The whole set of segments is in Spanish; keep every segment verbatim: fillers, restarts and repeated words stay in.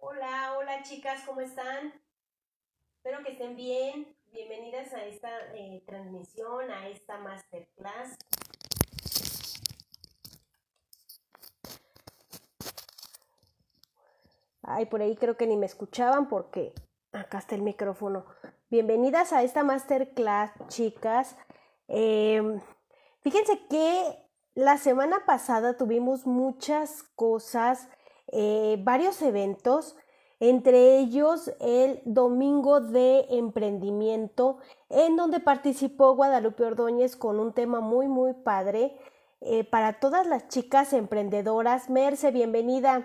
Hola, hola chicas, ¿cómo están? Espero que estén bien. Bienvenidas a esta eh, transmisión, a esta masterclass. Ay, por ahí creo que ni me escuchaban porque acá está el micrófono. Bienvenidas a esta masterclass, chicas. Eh, fíjense que la semana pasada tuvimos muchas cosas, eh, varios eventos, entre ellos el Domingo de Emprendimiento, en donde participó Guadalupe Ordóñez con un tema muy, muy padre eh, para todas las chicas emprendedoras. Merce, bienvenida.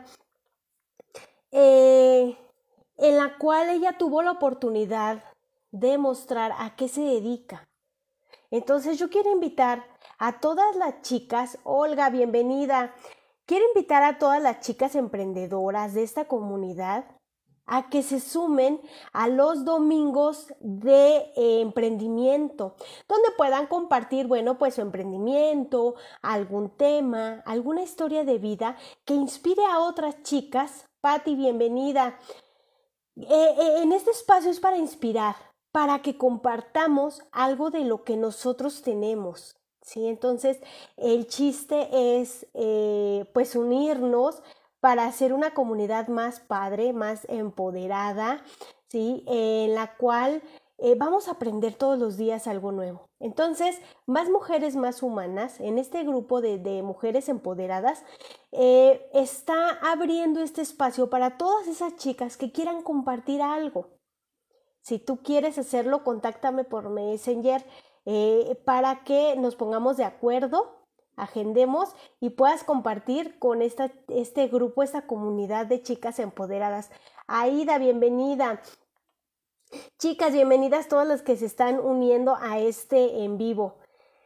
Eh, en la cual ella tuvo la oportunidad de mostrar a qué se dedica. Entonces yo quiero invitar a todas las chicas, Olga, bienvenida. Quiero invitar a todas las chicas emprendedoras de esta comunidad a que se sumen a los domingos de eh, emprendimiento, donde puedan compartir, bueno, pues su emprendimiento, algún tema, alguna historia de vida que inspire a otras chicas. Patti, bienvenida. Eh, eh, en este espacio es para inspirar, para que compartamos algo de lo que nosotros tenemos, ¿sí? Entonces, el chiste es, eh, pues, unirnos para hacer una comunidad más padre, más empoderada, ¿sí? En la cual eh, vamos a aprender todos los días algo nuevo. Entonces, más mujeres más humanas, en este grupo de, de mujeres empoderadas, eh, está abriendo este espacio para todas esas chicas que quieran compartir algo. Si tú quieres hacerlo, contáctame por Messenger eh, para que nos pongamos de acuerdo, agendemos y puedas compartir con esta, este grupo, esta comunidad de chicas empoderadas. Aida, bienvenida. Chicas, bienvenidas todas las que se están uniendo a este en vivo.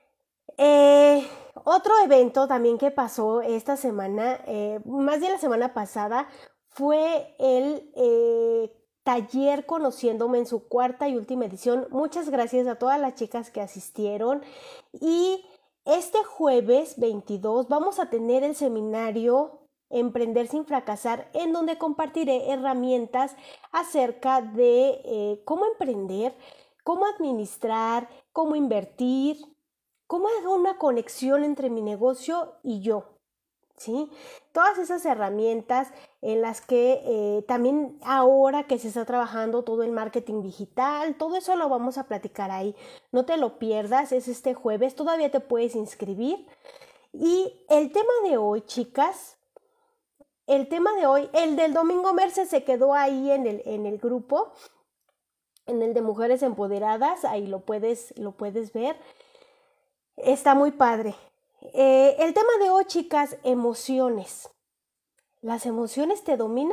Eh, otro evento también que pasó esta semana, eh, más bien la semana pasada, fue el eh, taller Conociéndome en su cuarta y última edición. Muchas gracias a todas las chicas que asistieron. Y este jueves veintidós vamos a tener el seminario Emprender sin fracasar, en donde compartiré herramientas acerca de eh, cómo emprender, cómo administrar, cómo invertir, cómo hago una conexión entre mi negocio y yo, ¿sí? Todas esas herramientas en las que eh, también ahora que se está trabajando todo el marketing digital, todo eso lo vamos a platicar ahí. No te lo pierdas, es este jueves, todavía te puedes inscribir. Y el tema de hoy, chicas, el tema de hoy, el del domingo Merce se quedó ahí en el, en el grupo, en el de Mujeres Empoderadas, ahí lo puedes, lo puedes ver. Está muy padre. Eh, el tema de hoy, chicas, emociones. ¿Las emociones te dominan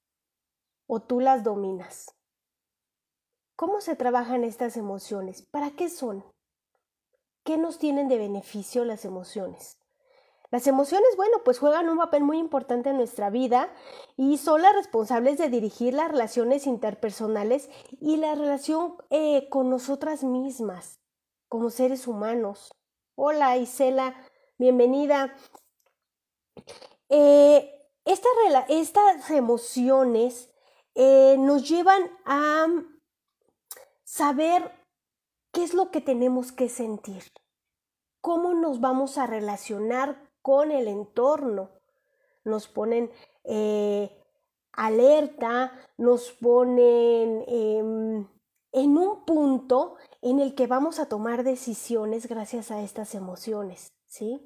o tú las dominas? ¿Cómo se trabajan estas emociones? ¿Para qué son? ¿Qué nos tienen de beneficio las emociones? Las emociones, bueno, pues juegan un papel muy importante en nuestra vida y son las responsables de dirigir las relaciones interpersonales y la relación eh, con nosotras mismas, como seres humanos. Hola, Isela, bienvenida. Eh, esta estas emociones eh, nos llevan a saber qué es lo que tenemos que sentir, cómo nos vamos a relacionar con el entorno. Nos ponen eh, alerta, nos ponen eh, en un punto en el que vamos a tomar decisiones gracias a estas emociones, ¿sí?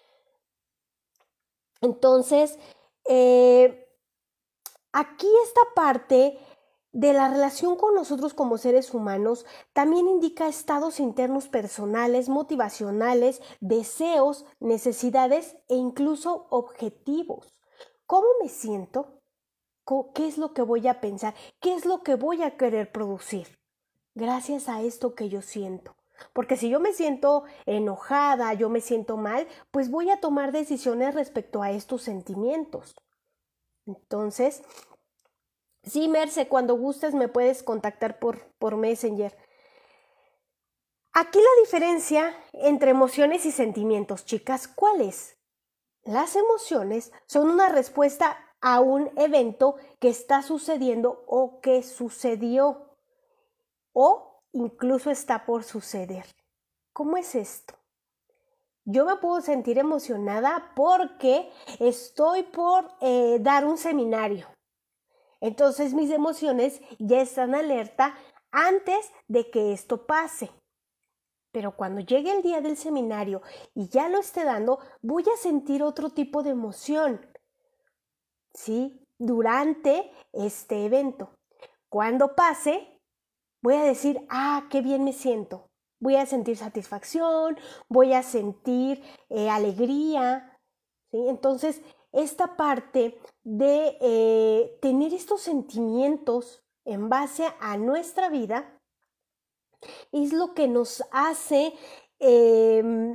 Entonces, eh, aquí esta parte de la relación con nosotros como seres humanos también indica estados internos personales, motivacionales, deseos, necesidades e incluso objetivos. ¿Cómo me siento? ¿Qué es lo que voy a pensar? ¿Qué es lo que voy a querer producir? Gracias a esto que yo siento. Porque si yo me siento enojada, yo me siento mal, pues voy a tomar decisiones respecto a estos sentimientos. Entonces, sí, Merce, cuando gustes me puedes contactar por, por Messenger. Aquí la diferencia entre emociones y sentimientos, chicas, ¿cuál es? Las emociones son una respuesta a un evento que está sucediendo o que sucedió o incluso está por suceder. ¿Cómo es esto? Yo me puedo sentir emocionada porque estoy por eh, dar un seminario. Entonces mis emociones ya están alerta antes de que esto pase. Pero cuando llegue el día del seminario y ya lo esté dando, voy a sentir otro tipo de emoción, ¿sí? Durante este evento. Cuando pase, voy a decir, ah, qué bien me siento. Voy a sentir satisfacción, voy a sentir eh, alegría, ¿sí? Entonces, esta parte de eh, tener estos sentimientos en base a nuestra vida es lo que nos hace eh,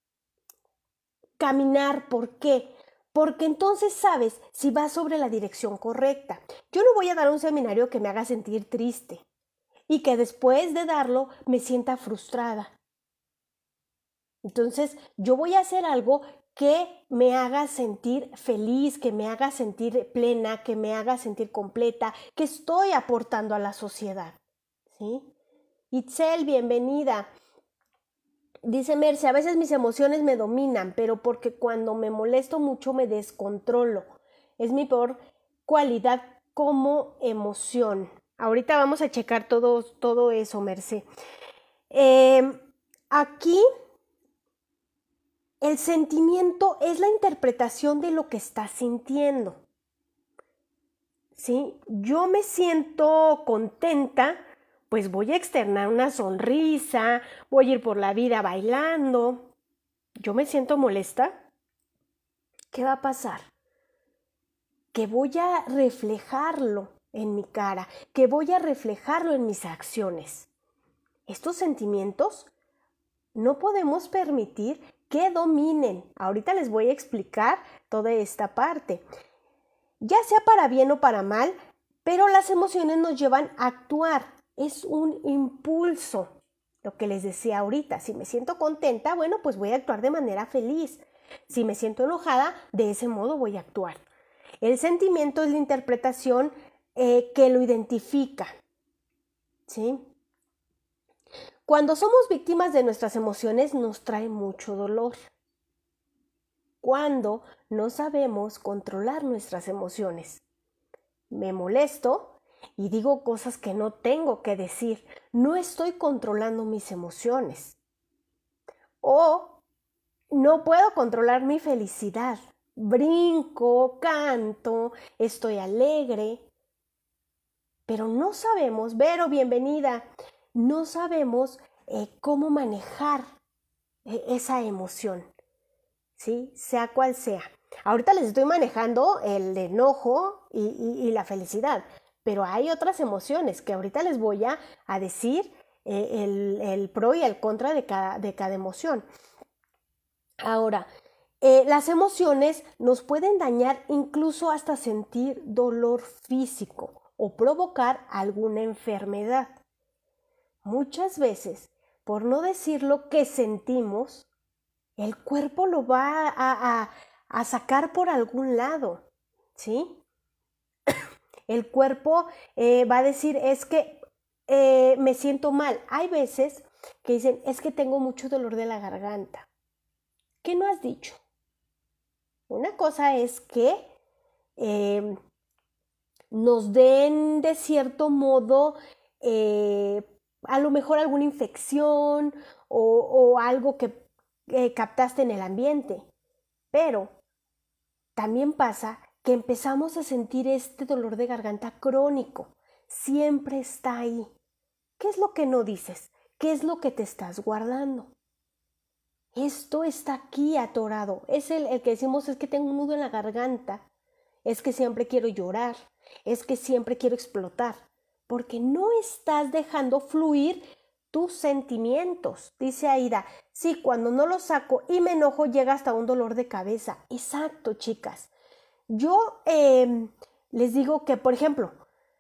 caminar. ¿Por qué? Porque entonces sabes si vas sobre la dirección correcta. Yo no voy a dar un seminario que me haga sentir triste y que después de darlo me sienta frustrada. Entonces, yo voy a hacer algo que me haga sentir feliz, que me haga sentir plena, que me haga sentir completa, que estoy aportando a la sociedad, ¿sí? Itzel, bienvenida. Dice Merce, a veces mis emociones me dominan, pero porque cuando me molesto mucho me descontrolo. Es mi peor cualidad como emoción. Ahorita vamos a checar todo, todo eso, Merce. Eh, aquí el sentimiento es la interpretación de lo que estás sintiendo. ¿Sí? Yo me siento contenta, pues voy a externar una sonrisa, voy a ir por la vida bailando. Yo me siento molesta. ¿Qué va a pasar? Que voy a reflejarlo en mi cara, que voy a reflejarlo en mis acciones. Estos sentimientos no podemos permitir que dominen. Ahorita les voy a explicar toda esta parte. Ya sea para bien o para mal, pero las emociones nos llevan a actuar. Es un impulso. Lo que les decía ahorita, si me siento contenta, bueno, pues voy a actuar de manera feliz. Si me siento enojada, de ese modo voy a actuar. El sentimiento es la interpretación eh, que lo identifica, ¿sí? Cuando somos víctimas de nuestras emociones, nos trae mucho dolor. Cuando no sabemos controlar nuestras emociones. Me molesto y digo cosas que no tengo que decir. No estoy controlando mis emociones. O no puedo controlar mi felicidad. Brinco, canto, estoy alegre. Pero no sabemos, Vero, bienvenida, no sabemos eh, cómo manejar eh, esa emoción, ¿sí? Sea cual sea. Ahorita les estoy manejando el enojo y, y, y la felicidad, pero hay otras emociones que ahorita les voy a, a decir eh, el, el pro y el contra de cada, de cada emoción. Ahora, eh, las emociones nos pueden dañar incluso hasta sentir dolor físico o provocar alguna enfermedad. Muchas veces, por no decir lo que sentimos, el cuerpo lo va a, a, a sacar por algún lado, ¿sí? El cuerpo eh, va a decir, es que eh, me siento mal. Hay veces que dicen, es que tengo mucho dolor de la garganta. ¿Qué no has dicho? Una cosa es que eh, nos den de cierto modo eh, a lo mejor alguna infección o, o algo que eh, captaste en el ambiente, pero también pasa que empezamos a sentir este dolor de garganta crónico, siempre está ahí. ¿Qué es lo que no dices? ¿Qué es lo que te estás guardando? Esto está aquí atorado. Es el, el que decimos, es que tengo un nudo en la garganta, es que siempre quiero llorar, es que siempre quiero explotar, porque no estás dejando fluir tus sentimientos. Dice Aida, sí, cuando no los saco y me enojo llega hasta un dolor de cabeza. Exacto, chicas. Yo eh, les digo que, por ejemplo,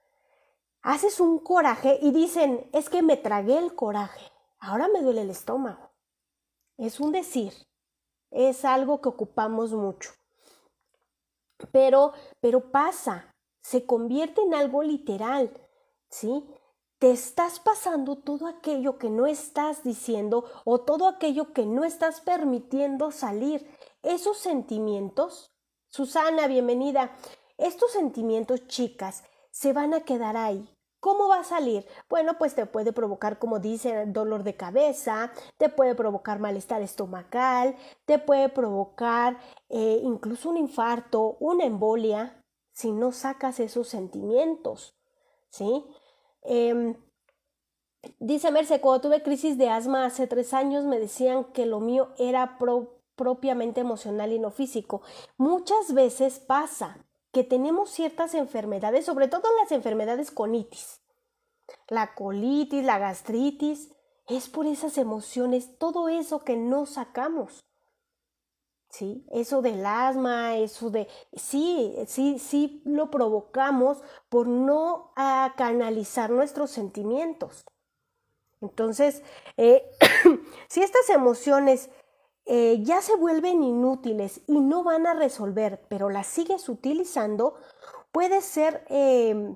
haces un coraje y dicen, es que me tragué el coraje, ahora me duele el estómago. Es un decir, es algo que ocupamos mucho. pero, pero pasa, se convierte en algo literal, ¿sí? Te estás pasando todo aquello que no estás diciendo o todo aquello que no estás permitiendo salir. Esos sentimientos, Susana, bienvenida, estos sentimientos, chicas, se van a quedar ahí. ¿Cómo va a salir? Bueno, pues te puede provocar, como dicen, dolor de cabeza, te puede provocar malestar estomacal, te puede provocar eh, incluso un infarto, una embolia, si no sacas esos sentimientos, ¿sí? Eh, dice Merce, cuando tuve crisis de asma hace tres años me decían que lo mío era pro, propiamente emocional y no físico. Muchas veces pasa que tenemos ciertas enfermedades, sobre todo las enfermedades con itis. La colitis, la gastritis, es por esas emociones, todo eso que no sacamos. ¿Sí? Eso del asma, eso de... Sí, sí, sí lo provocamos por no uh, canalizar nuestros sentimientos. Entonces, eh, si estas emociones eh, ya se vuelven inútiles y no van a resolver, pero las sigues utilizando, puede ser eh,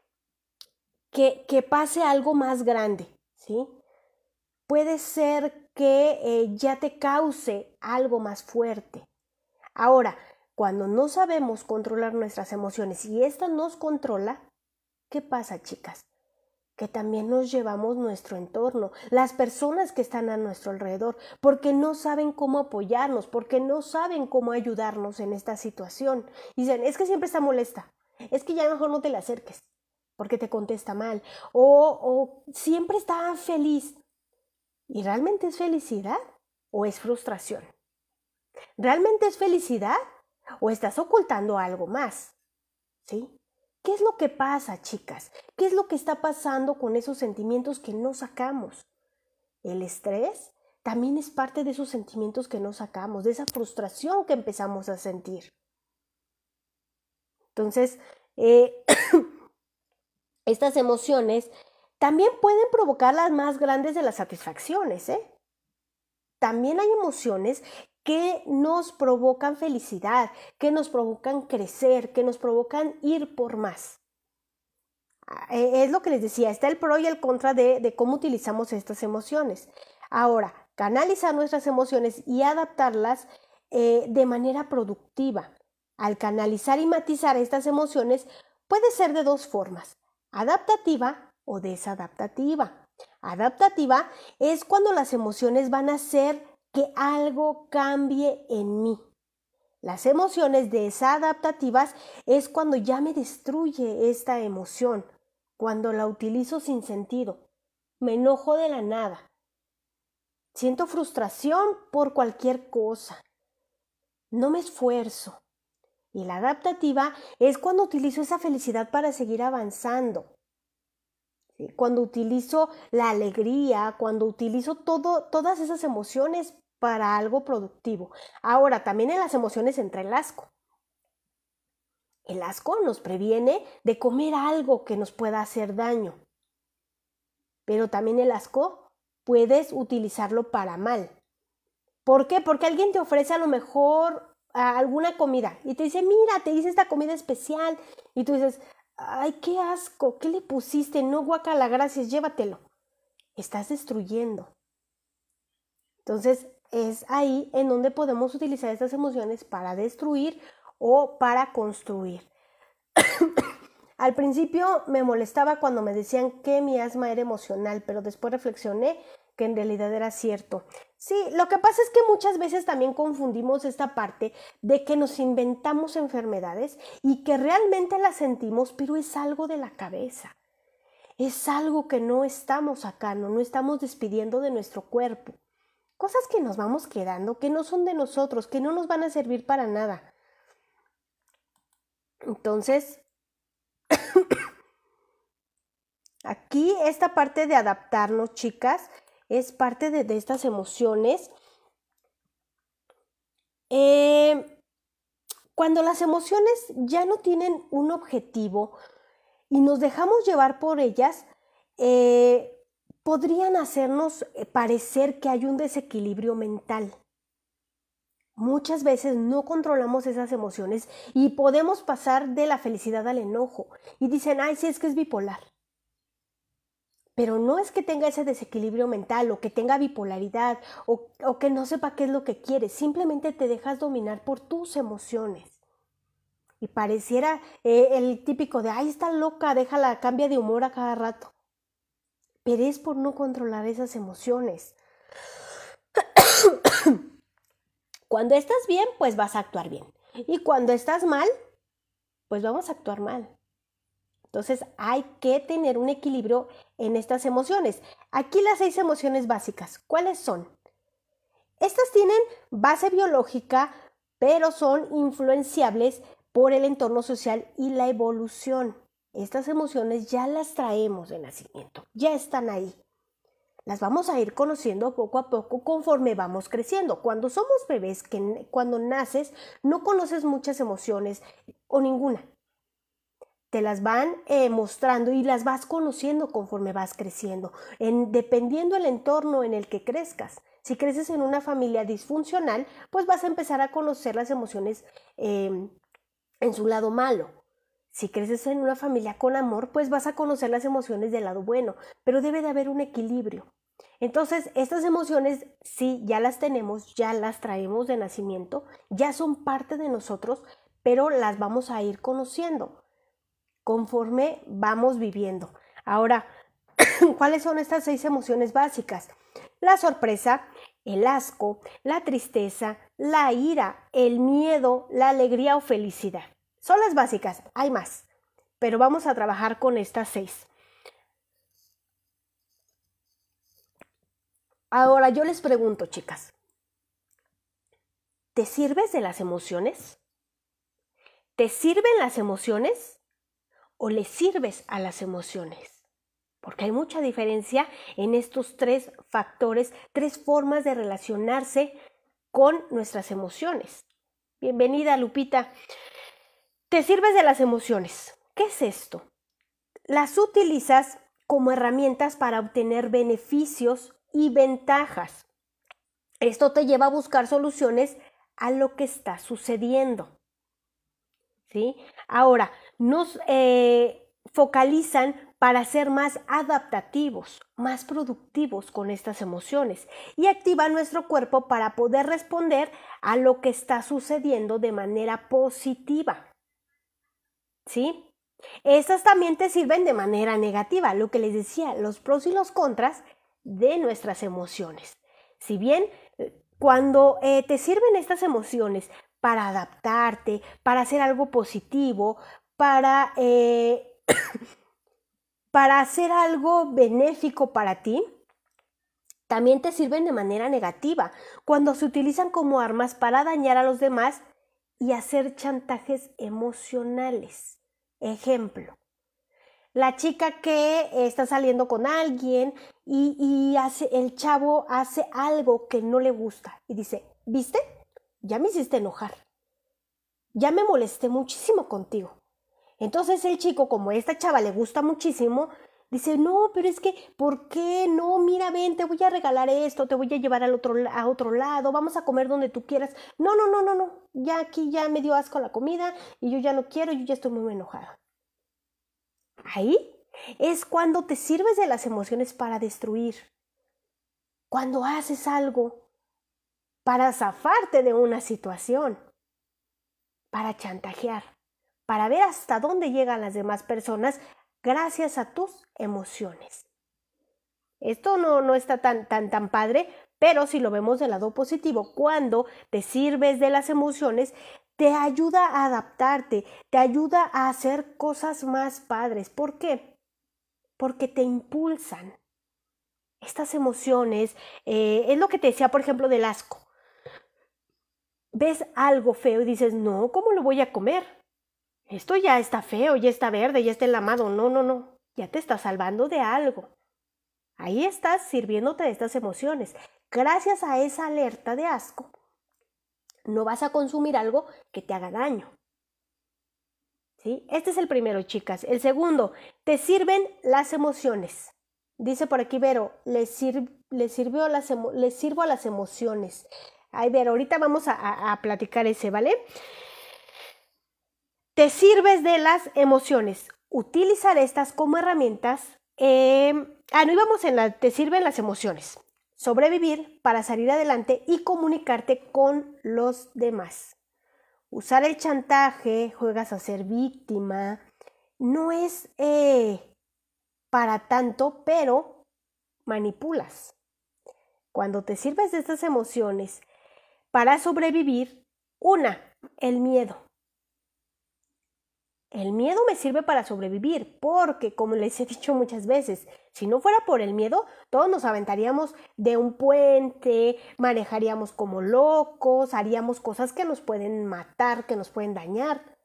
que, que pase algo más grande, ¿sí? Puede ser que eh, ya te cause algo más fuerte. Ahora, cuando no sabemos controlar nuestras emociones y esta nos controla, ¿qué pasa, chicas? Que también nos llevamos nuestro entorno, las personas que están a nuestro alrededor, porque no saben cómo apoyarnos, porque no saben cómo ayudarnos en esta situación. Dicen, es que siempre está molesta, es que ya mejor no te le acerques, porque te contesta mal, o, o siempre está feliz. ¿Y realmente es felicidad o es frustración? ¿Realmente es felicidad o estás ocultando algo más? ¿Sí? ¿Qué es lo que pasa, chicas? ¿Qué es lo que está pasando con esos sentimientos que no sacamos? El estrés también es parte de esos sentimientos que no sacamos, de esa frustración que empezamos a sentir. Entonces, eh, estas emociones también pueden provocar las más grandes de las satisfacciones, ¿eh? También hay emociones que nos provocan felicidad, que nos provocan crecer, que nos provocan ir por más. Es lo que les decía, está el pro y el contra de, de cómo utilizamos estas emociones. Ahora, canalizar nuestras emociones y adaptarlas eh, de manera productiva. Al canalizar y matizar estas emociones puede ser de dos formas, adaptativa o desadaptativa. Adaptativa es cuando las emociones van a hacer que algo cambie en mí. Las emociones desadaptativas es cuando ya me destruye esta emoción, cuando la utilizo sin sentido. Me enojo de la nada. Siento frustración por cualquier cosa. No me esfuerzo. Y la adaptativa es cuando utilizo esa felicidad para seguir avanzando. ¿Sí? Cuando utilizo la alegría, cuando utilizo todo, todas esas emociones para algo productivo. Ahora, también en las emociones entra el asco. El asco nos previene de comer algo que nos pueda hacer daño. Pero también el asco puedes utilizarlo para mal. ¿Por qué? Porque alguien te ofrece a lo mejor alguna comida y te dice, mira, te hice esta comida especial. Y tú dices, ay, qué asco, ¿qué le pusiste? No, guacala, gracias, llévatelo. Estás destruyendo. Entonces, es ahí en donde podemos utilizar estas emociones para destruir o para construir. Al principio me molestaba cuando me decían que mi asma era emocional, pero después reflexioné que en realidad era cierto. Sí, lo que pasa es que muchas veces también confundimos esta parte de que nos inventamos enfermedades y que realmente las sentimos, pero es algo de la cabeza. Es algo que no estamos sacando, no estamos despidiendo de nuestro cuerpo. Cosas que nos vamos quedando, que no son de nosotros, que no nos van a servir para nada. Entonces, aquí esta parte de adaptarnos, chicas, es parte de, de estas emociones. Eh, cuando las emociones ya no tienen un objetivo y nos dejamos llevar por ellas, eh, podrían hacernos parecer que hay un desequilibrio mental. Muchas veces no controlamos esas emociones y podemos pasar de la felicidad al enojo. Y dicen, ay, sí, es que es bipolar. Pero no es que tenga ese desequilibrio mental o que tenga bipolaridad o, o que no sepa qué es lo que quiere. Simplemente te dejas dominar por tus emociones. Y pareciera eh, el típico de, ay, está loca, déjala, cambia de humor a cada rato. Pero es por no controlar esas emociones. Cuando estás bien, pues vas a actuar bien. Y cuando estás mal, pues vamos a actuar mal. Entonces hay que tener un equilibrio en estas emociones. Aquí las seis emociones básicas, ¿cuáles son? Estas tienen base biológica, pero son influenciables por el entorno social y la evolución. Estas emociones ya las traemos de nacimiento, ya están ahí. Las vamos a ir conociendo poco a poco conforme vamos creciendo. Cuando somos bebés, que cuando naces, no conoces muchas emociones o ninguna. Te las van eh, mostrando y las vas conociendo conforme vas creciendo, en, dependiendo del entorno en el que crezcas. Si creces en una familia disfuncional, pues vas a empezar a conocer las emociones eh, en su lado malo. Si creces en una familia con amor, pues vas a conocer las emociones del lado bueno, pero debe de haber un equilibrio. Entonces, estas emociones sí, ya las tenemos, ya las traemos de nacimiento, ya son parte de nosotros, pero las vamos a ir conociendo conforme vamos viviendo. Ahora, ¿cuáles son estas seis emociones básicas? La sorpresa, el asco, la tristeza, la ira, el miedo, la alegría o felicidad. Son las básicas, hay más, pero vamos a trabajar con estas seis. Ahora yo les pregunto, chicas, ¿te sirves de las emociones? ¿Te sirven las emociones o le sirves a las emociones? Porque hay mucha diferencia en estos tres factores, tres formas de relacionarse con nuestras emociones. Bienvenida, Lupita. ¿Te sirves de las emociones? ¿Qué es esto? Las utilizas como herramientas para obtener beneficios y ventajas. Esto te lleva a buscar soluciones a lo que está sucediendo. ¿Sí? Ahora, nos eh, focalizan para ser más adaptativos, más productivos con estas emociones y activan nuestro cuerpo para poder responder a lo que está sucediendo de manera positiva. ¿Sí? Estas también te sirven de manera negativa, lo que les decía, los pros y los contras de nuestras emociones. Si bien cuando eh, te sirven estas emociones para adaptarte, para hacer algo positivo, para, eh, para hacer algo benéfico para ti, también te sirven de manera negativa, cuando se utilizan como armas para dañar a los demás y hacer chantajes emocionales. Ejemplo, la chica que está saliendo con alguien y, y hace, el chavo hace algo que no le gusta y dice, ¿viste? Ya me hiciste enojar. Ya me molesté muchísimo contigo. Entonces el chico, como a esta chava le gusta muchísimo, dice, no, pero es que, ¿por qué? No, mira, ven, te voy a regalar esto, te voy a llevar al otro, a otro lado, vamos a comer donde tú quieras. No, no, no, no, no, ya aquí ya me dio asco la comida y yo ya no quiero, yo ya estoy muy enojada. Ahí es cuando te sirves de las emociones para destruir. Cuando haces algo para zafarte de una situación, para chantajear, para ver hasta dónde llegan las demás personas gracias a tus emociones. Esto no, no está tan, tan, tan padre, pero si lo vemos del lado positivo, cuando te sirves de las emociones, te ayuda a adaptarte, te ayuda a hacer cosas más padres. ¿Por qué? Porque te impulsan. Estas emociones, eh, es lo que te decía, por ejemplo, del asco. Ves algo feo y dices, no, ¿cómo lo voy a comer? Esto ya está feo, ya está verde, ya está enlamado. No, no, no, ya te está salvando de algo. Ahí estás sirviéndote de estas emociones. Gracias a esa alerta de asco, no vas a consumir algo que te haga daño. ¿Sí? Este es el primero, chicas. El segundo, te sirven las emociones. Dice por aquí Vero, le, sir le, sirvió las le sirvo a las emociones. Ay, ver, ahorita vamos a, a, a platicar ese, ¿vale? Te sirves de las emociones. Utilizar estas como herramientas. Eh, ah, no íbamos en la, te sirven las emociones. Sobrevivir para salir adelante y comunicarte con los demás. Usar el chantaje, juegas a ser víctima, no es eh, para tanto, pero manipulas. Cuando te sirves de estas emociones para sobrevivir, una, el miedo. El miedo me sirve para sobrevivir porque, como les he dicho muchas veces, si no fuera por el miedo, todos nos aventaríamos de un puente, manejaríamos como locos, haríamos cosas que nos pueden matar, que nos pueden dañar.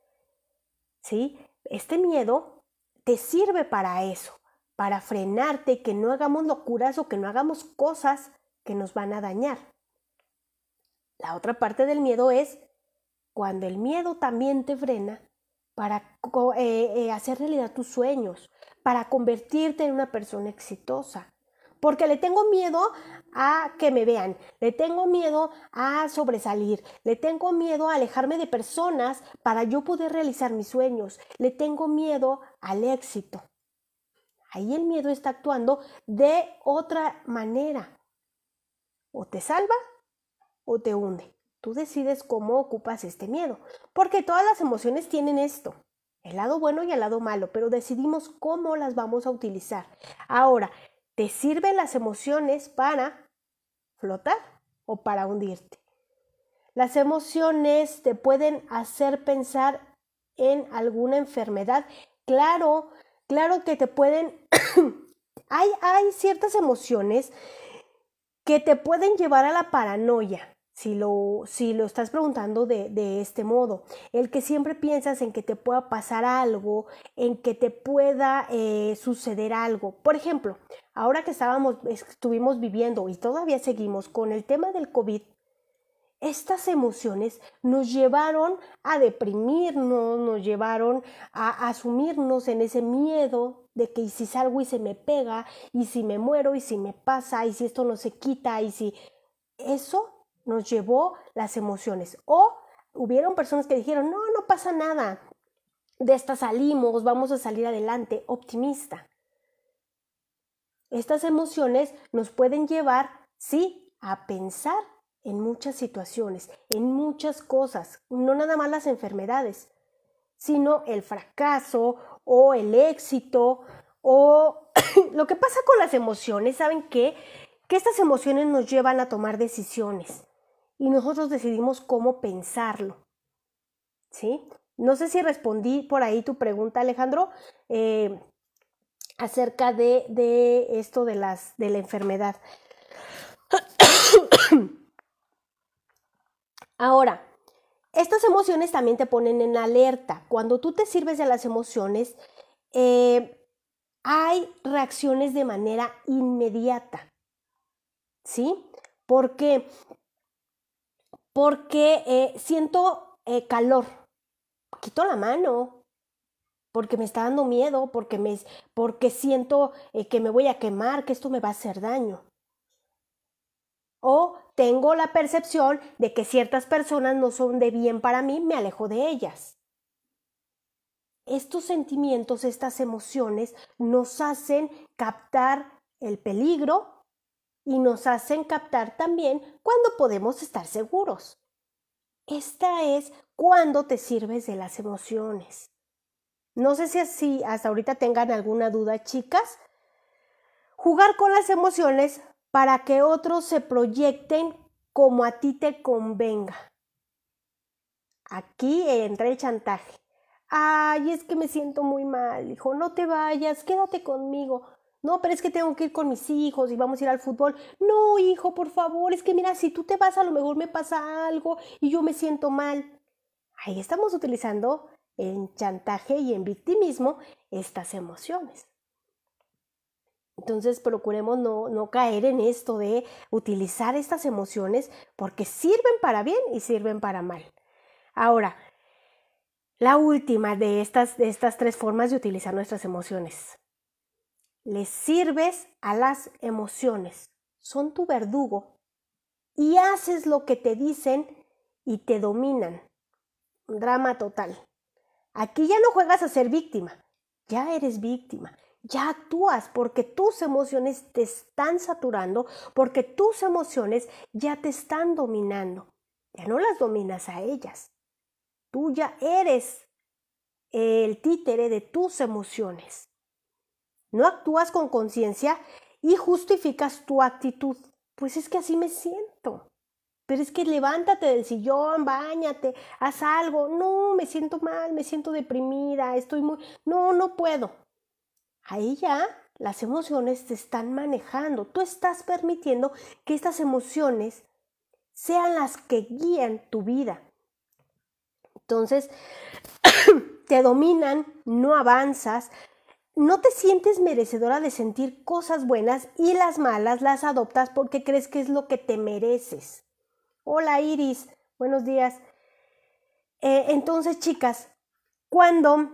¿Sí? Este miedo te sirve para eso, para frenarte, que no hagamos locuras o que no hagamos cosas que nos van a dañar. La otra parte del miedo es cuando el miedo también te frena para eh, eh, hacer realidad tus sueños, para convertirte en una persona exitosa. Porque le tengo miedo a que me vean, le tengo miedo a sobresalir, le tengo miedo a alejarme de personas para yo poder realizar mis sueños, le tengo miedo al éxito. Ahí el miedo está actuando de otra manera. O te salva o te hunde. Tú decides cómo ocupas este miedo, porque todas las emociones tienen esto, el lado bueno y el lado malo, pero decidimos cómo las vamos a utilizar. Ahora, ¿te sirven las emociones para flotar o para hundirte? Las emociones te pueden hacer pensar en alguna enfermedad. Claro, claro que te pueden... hay, hay ciertas emociones que te pueden llevar a la paranoia. Si lo, si lo estás preguntando de, de este modo, el que siempre piensas en que te pueda pasar algo, en que te pueda eh, suceder algo. Por ejemplo, ahora que estábamos, estuvimos viviendo y todavía seguimos con el tema del COVID, estas emociones nos llevaron a deprimirnos, nos llevaron a asumirnos en ese miedo de que y si salgo y se me pega, y si me muero, y si me pasa, y si esto no se quita, y si... Eso nos llevó las emociones. O hubieron personas que dijeron, no, no pasa nada, de esta salimos, vamos a salir adelante, optimista. Estas emociones nos pueden llevar, sí, a pensar en muchas situaciones, en muchas cosas, no nada más las enfermedades, sino el fracaso o el éxito o lo que pasa con las emociones. ¿Saben qué? Que estas emociones nos llevan a tomar decisiones y nosotros decidimos cómo pensarlo, ¿sí? No sé si respondí por ahí tu pregunta, Alejandro, eh, acerca de, de esto de, las, de la enfermedad. Ahora, estas emociones también te ponen en alerta. Cuando tú te sirves de las emociones, eh, hay reacciones de manera inmediata, ¿sí? ¿Por qué? Porque eh, siento eh, calor, quito la mano, porque me está dando miedo, porque, me, porque siento eh, que me voy a quemar, que esto me va a hacer daño. O tengo la percepción de que ciertas personas no son de bien para mí, me alejo de ellas. Estos sentimientos, estas emociones nos hacen captar el peligro y nos hacen captar también cuando podemos estar seguros. Esta es cuando te sirves de las emociones. No sé si así hasta ahorita tengan alguna duda, chicas. Jugar con las emociones para que otros se proyecten como a ti te convenga. Aquí entra el chantaje. Ay, es que me siento muy mal, hijo, no te vayas, quédate conmigo. No, pero es que tengo que ir con mis hijos y vamos a ir al fútbol. No, hijo, por favor, es que mira, si tú te vas a lo mejor me pasa algo y yo me siento mal. Ahí estamos utilizando en chantaje y en victimismo estas emociones. Entonces procuremos no, no caer en esto de utilizar estas emociones porque sirven para bien y sirven para mal. Ahora, la última de estas, de estas tres formas de utilizar nuestras emociones. Les sirves a las emociones, son tu verdugo y haces lo que te dicen y te dominan. Un drama total. Aquí ya no juegas a ser víctima, ya eres víctima. Ya actúas porque tus emociones te están saturando, porque tus emociones ya te están dominando. Ya no las dominas a ellas. Tú ya eres el títere de tus emociones. No actúas con conciencia y justificas tu actitud. Pues es que así me siento. Pero es que levántate del sillón, báñate, haz algo. No, me siento mal, me siento deprimida, estoy muy... No, no puedo. Ahí ya las emociones te están manejando. Tú estás permitiendo que estas emociones sean las que guían tu vida. Entonces, te dominan, no avanzas, no te sientes merecedora de sentir cosas buenas y las malas las adoptas porque crees que es lo que te mereces. Hola Iris, buenos días. Eh, entonces, chicas, cuando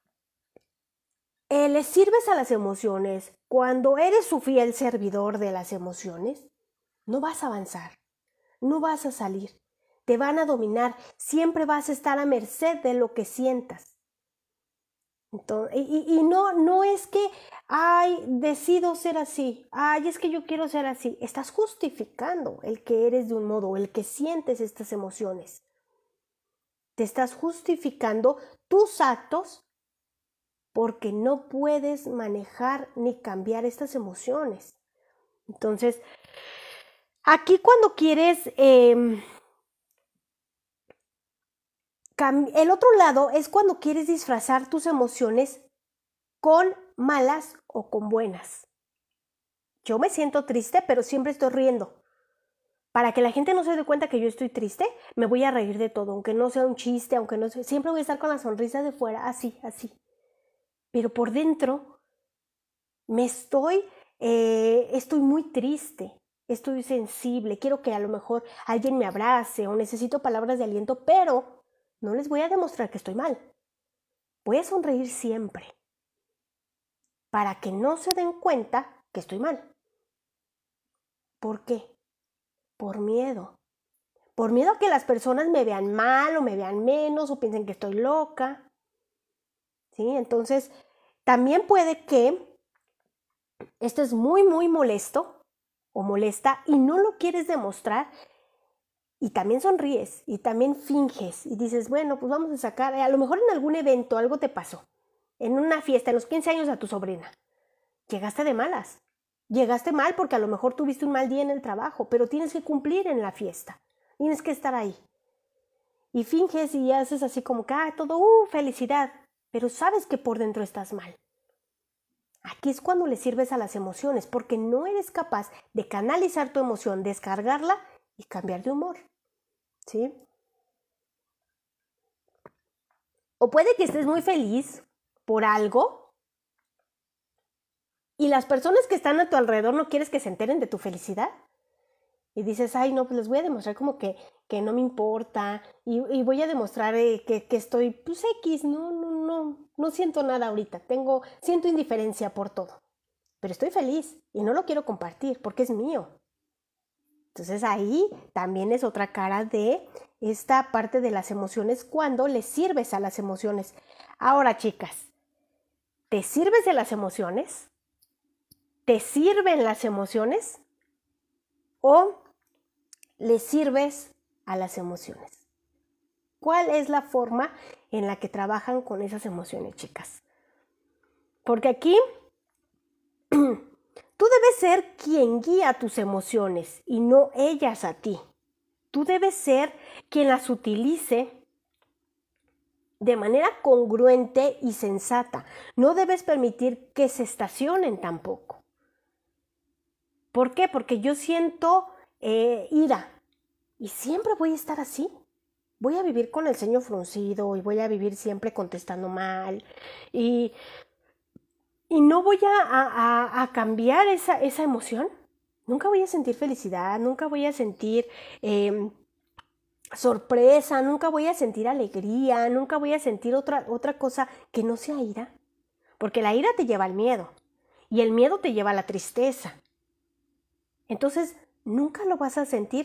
Eh, le sirves a las emociones, cuando eres su fiel servidor de las emociones, no vas a avanzar, no vas a salir, te van a dominar, siempre vas a estar a merced de lo que sientas. Entonces, y, y no, no es que, ay, decido ser así, ay, es que yo quiero ser así, estás justificando el que eres de un modo, el que sientes estas emociones. Te estás justificando tus actos porque no puedes manejar ni cambiar estas emociones. Entonces, aquí cuando quieres, eh, el otro lado es cuando quieres disfrazar tus emociones con malas o con buenas. Yo me siento triste, pero siempre estoy riendo. Para que la gente no se dé cuenta que yo estoy triste, me voy a reír de todo, aunque no sea un chiste, aunque no sea, siempre voy a estar con la sonrisa de fuera, así, así. Pero por dentro me estoy, eh, estoy muy triste, estoy sensible, quiero que a lo mejor alguien me abrace o necesito palabras de aliento, pero no les voy a demostrar que estoy mal. Voy a sonreír siempre para que no se den cuenta que estoy mal. ¿Por qué? Por miedo. Por miedo a que las personas me vean mal o me vean menos o piensen que estoy loca. ¿Sí? Entonces, también puede que esto es muy, muy molesto o molesta y no lo quieres demostrar y también sonríes y también finges y dices, bueno, pues vamos a sacar, a lo mejor en algún evento algo te pasó, en una fiesta, en los quince años de tu sobrina, llegaste de malas, llegaste mal porque a lo mejor tuviste un mal día en el trabajo, pero tienes que cumplir en la fiesta, tienes que estar ahí. Y finges y haces así como que, ah, todo, uh, felicidad, pero sabes que por dentro estás mal. Aquí es cuando le sirves a las emociones, porque no eres capaz de canalizar tu emoción, descargarla y cambiar de humor, ¿sí? O puede que estés muy feliz por algo y las personas que están a tu alrededor no quieres que se enteren de tu felicidad. Y dices, ay, no, pues les voy a demostrar como que, que no me importa y, y voy a demostrar eh, que, que estoy, pues, X, no, no, no, no siento nada ahorita, tengo, siento indiferencia por todo, pero estoy feliz y no lo quiero compartir porque es mío. Entonces ahí también es otra cara de esta parte de las emociones cuando le sirves a las emociones. Ahora, chicas, ¿te sirves de las emociones? ¿Te sirven las emociones? ¿O le sirves a las emociones? ¿Cuál es la forma en la que trabajan con esas emociones, chicas? Porque aquí tú debes ser quien guía tus emociones y no ellas a ti. Tú debes ser quien las utilice de manera congruente y sensata. No debes permitir que se estacionen tampoco. ¿Por qué? Porque yo siento eh, ira y siempre voy a estar así. Voy a vivir con el ceño fruncido y voy a vivir siempre contestando mal y, y no voy a, a, a cambiar esa, esa emoción. Nunca voy a sentir felicidad, nunca voy a sentir eh, sorpresa, nunca voy a sentir alegría, nunca voy a sentir otra, otra cosa que no sea ira. Porque la ira te lleva al miedo y el miedo te lleva a la tristeza. Entonces, nunca lo vas a sentir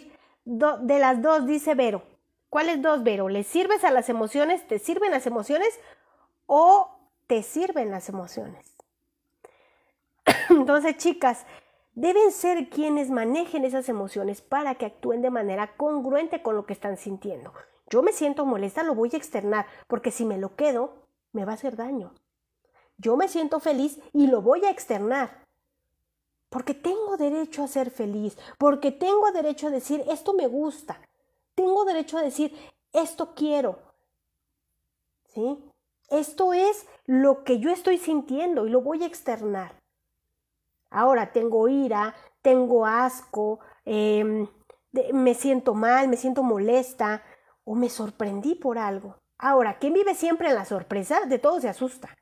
Do, de las dos, dice Vero. ¿Cuáles dos, Vero? ¿Le sirves a las emociones? ¿Te sirven las emociones? ¿O te sirven las emociones? Entonces, chicas, deben ser quienes manejen esas emociones para que actúen de manera congruente con lo que están sintiendo. Yo me siento molesta, lo voy a externar, porque si me lo quedo, me va a hacer daño. Yo me siento feliz y lo voy a externar, porque tengo derecho a ser feliz, porque tengo derecho a decir, esto me gusta, tengo derecho a decir, esto quiero, ¿sí? Esto es lo que yo estoy sintiendo y lo voy a externar. Ahora tengo ira, tengo asco, eh, me siento mal, me siento molesta o me sorprendí por algo. Ahora, ¿quién vive siempre en la sorpresa? De todo se asusta.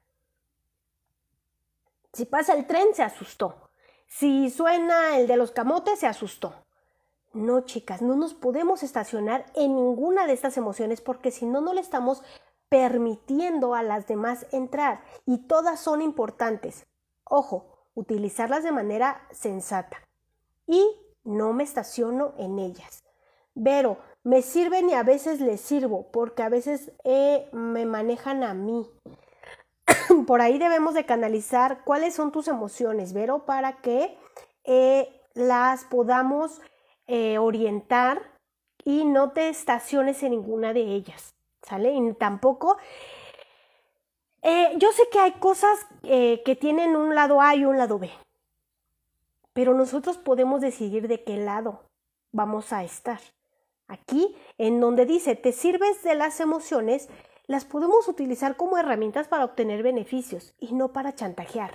Si pasa el tren, se asustó. Si suena el de los camotes, se asustó. No, chicas, no nos podemos estacionar en ninguna de estas emociones porque si no, no le estamos permitiendo a las demás entrar. Y todas son importantes. Ojo, utilizarlas de manera sensata. Y no me estaciono en ellas. Pero me sirven y a veces les sirvo porque a veces eh, me manejan a mí. Por ahí debemos de canalizar cuáles son tus emociones, Vero, para que eh, las podamos eh, orientar y no te estaciones en ninguna de ellas, ¿sale? Y tampoco, eh, yo sé que hay cosas eh, que tienen un lado A y un lado B, pero nosotros podemos decidir de qué lado vamos a estar. Aquí, en donde dice, te sirves de las emociones, las podemos utilizar como herramientas para obtener beneficios y no para chantajear.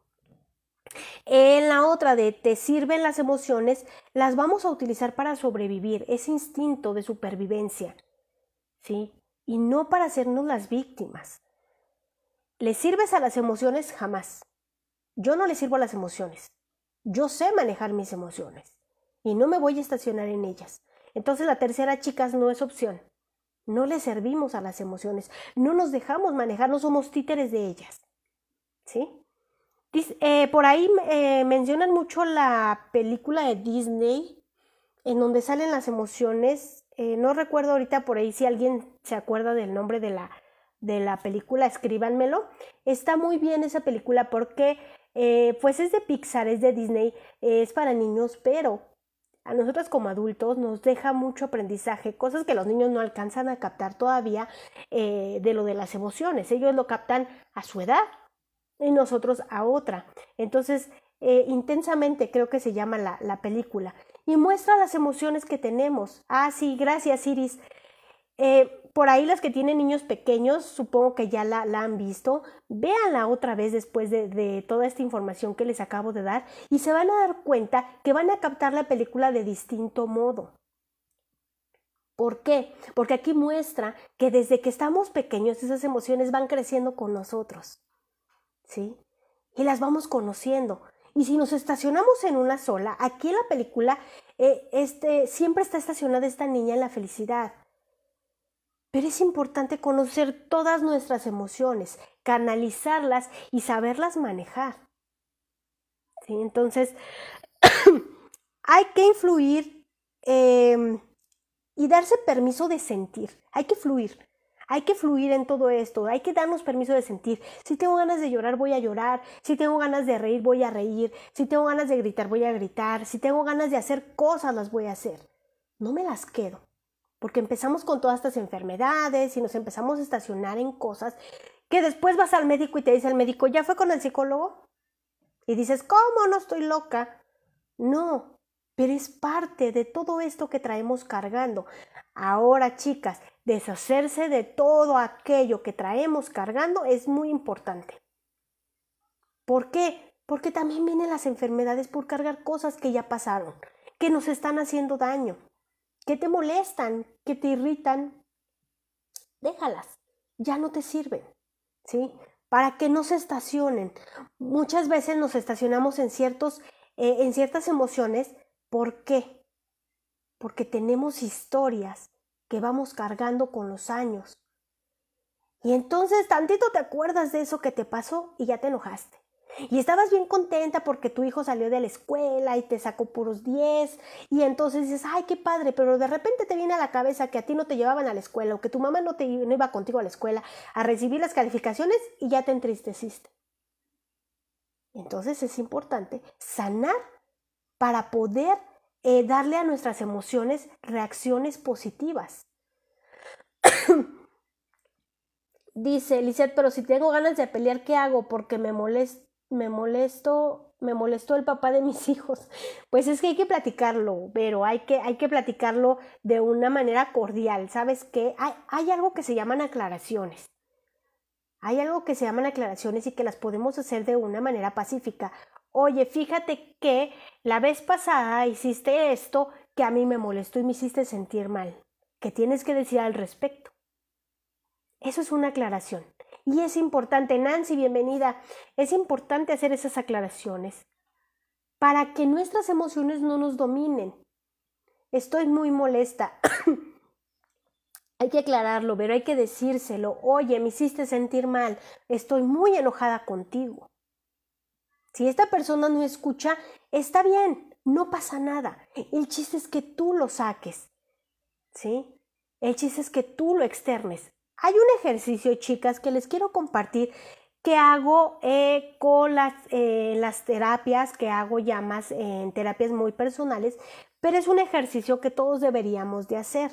En la otra de te sirven las emociones, las vamos a utilizar para sobrevivir, ese instinto de supervivencia, ¿sí? Y no para hacernos las víctimas. ¿Le sirves a las emociones? Jamás. Yo no le sirvo a las emociones. Yo sé manejar mis emociones y no me voy a estacionar en ellas. Entonces la tercera, chicas, no es opción. No le servimos a las emociones, no nos dejamos manejar, no somos títeres de ellas, ¿sí? Dice, eh, por ahí eh, mencionan mucho la película de Disney, en donde salen las emociones. Eh, no recuerdo ahorita por ahí si alguien se acuerda del nombre de la, de la película, escríbanmelo. Está muy bien esa película porque eh, pues es de Pixar, es de Disney, eh, es para niños, pero a nosotros como adultos nos deja mucho aprendizaje, cosas que los niños no alcanzan a captar todavía eh, de lo de las emociones. Ellos lo captan a su edad y nosotros a otra. Entonces, eh, intensamente creo que se llama la, la película. Y muestra las emociones que tenemos. Ah, sí, gracias, Iris. Eh, por ahí las que tienen niños pequeños, supongo que ya la, la han visto. Véanla otra vez después de, de toda esta información que les acabo de dar y se van a dar cuenta que van a captar la película de distinto modo. ¿Por qué? Porque aquí muestra que desde que estamos pequeños esas emociones van creciendo con nosotros, ¿sí? Y las vamos conociendo. Y si nos estacionamos en una sola, aquí en la película eh, este, siempre está estacionada esta niña en la felicidad. Pero es importante conocer todas nuestras emociones, canalizarlas y saberlas manejar, ¿sí? Entonces, hay que influir eh, y darse permiso de sentir. Hay que fluir. Hay que fluir en todo esto. Hay que darnos permiso de sentir. Si tengo ganas de llorar, voy a llorar. Si tengo ganas de reír, voy a reír. Si tengo ganas de gritar, voy a gritar. Si tengo ganas de hacer cosas, las voy a hacer. No me las quedo. Porque empezamos con todas estas enfermedades y nos empezamos a estacionar en cosas que después vas al médico y te dice el médico, ¿ya fue con el psicólogo? Y dices, ¿cómo? No estoy loca. No, pero es parte de todo esto que traemos cargando. Ahora, chicas, deshacerse de todo aquello que traemos cargando es muy importante. ¿Por qué? Porque también vienen las enfermedades por cargar cosas que ya pasaron, que nos están haciendo daño, que te molestan, que te irritan. Déjalas, ya no te sirven, ¿sí? Para que no se estacionen. Muchas veces nos estacionamos en, ciertos, eh, en ciertas emociones. ¿Por qué? Porque tenemos historias que vamos cargando con los años. Y entonces tantito te acuerdas de eso que te pasó y ya te enojaste. Y estabas bien contenta porque tu hijo salió de la escuela y te sacó puros diez y entonces dices, ay, qué padre, pero de repente te viene a la cabeza que a ti no te llevaban a la escuela o que tu mamá no, te, no iba contigo a la escuela a recibir las calificaciones y ya te entristeciste. Entonces es importante sanar para poder eh, darle a nuestras emociones reacciones positivas. Dice Lisette, pero si tengo ganas de pelear, ¿qué hago? Porque me molesto. me molesto, me molestó el papá de mis hijos. Pues es que hay que platicarlo, pero hay que, hay que platicarlo de una manera cordial. ¿Sabes qué? Hay, hay algo que se llaman aclaraciones. Hay algo que se llaman aclaraciones y que las podemos hacer de una manera pacífica. Oye, fíjate que la vez pasada hiciste esto que a mí me molestó y me hiciste sentir mal. ¿Qué tienes que decir al respecto? Eso es una aclaración. Y es importante, Nancy, bienvenida, es importante hacer esas aclaraciones para que nuestras emociones no nos dominen. Estoy muy molesta. Hay que aclararlo, pero hay que decírselo. Oye, me hiciste sentir mal, estoy muy enojada contigo. Si esta persona no escucha, está bien, no pasa nada. El chiste es que tú lo saques, ¿sí? El chiste es que tú lo externes. Hay un ejercicio, chicas, que les quiero compartir que hago eh, con las, eh, las terapias, que hago ya más eh, en terapias muy personales, pero es un ejercicio que todos deberíamos de hacer.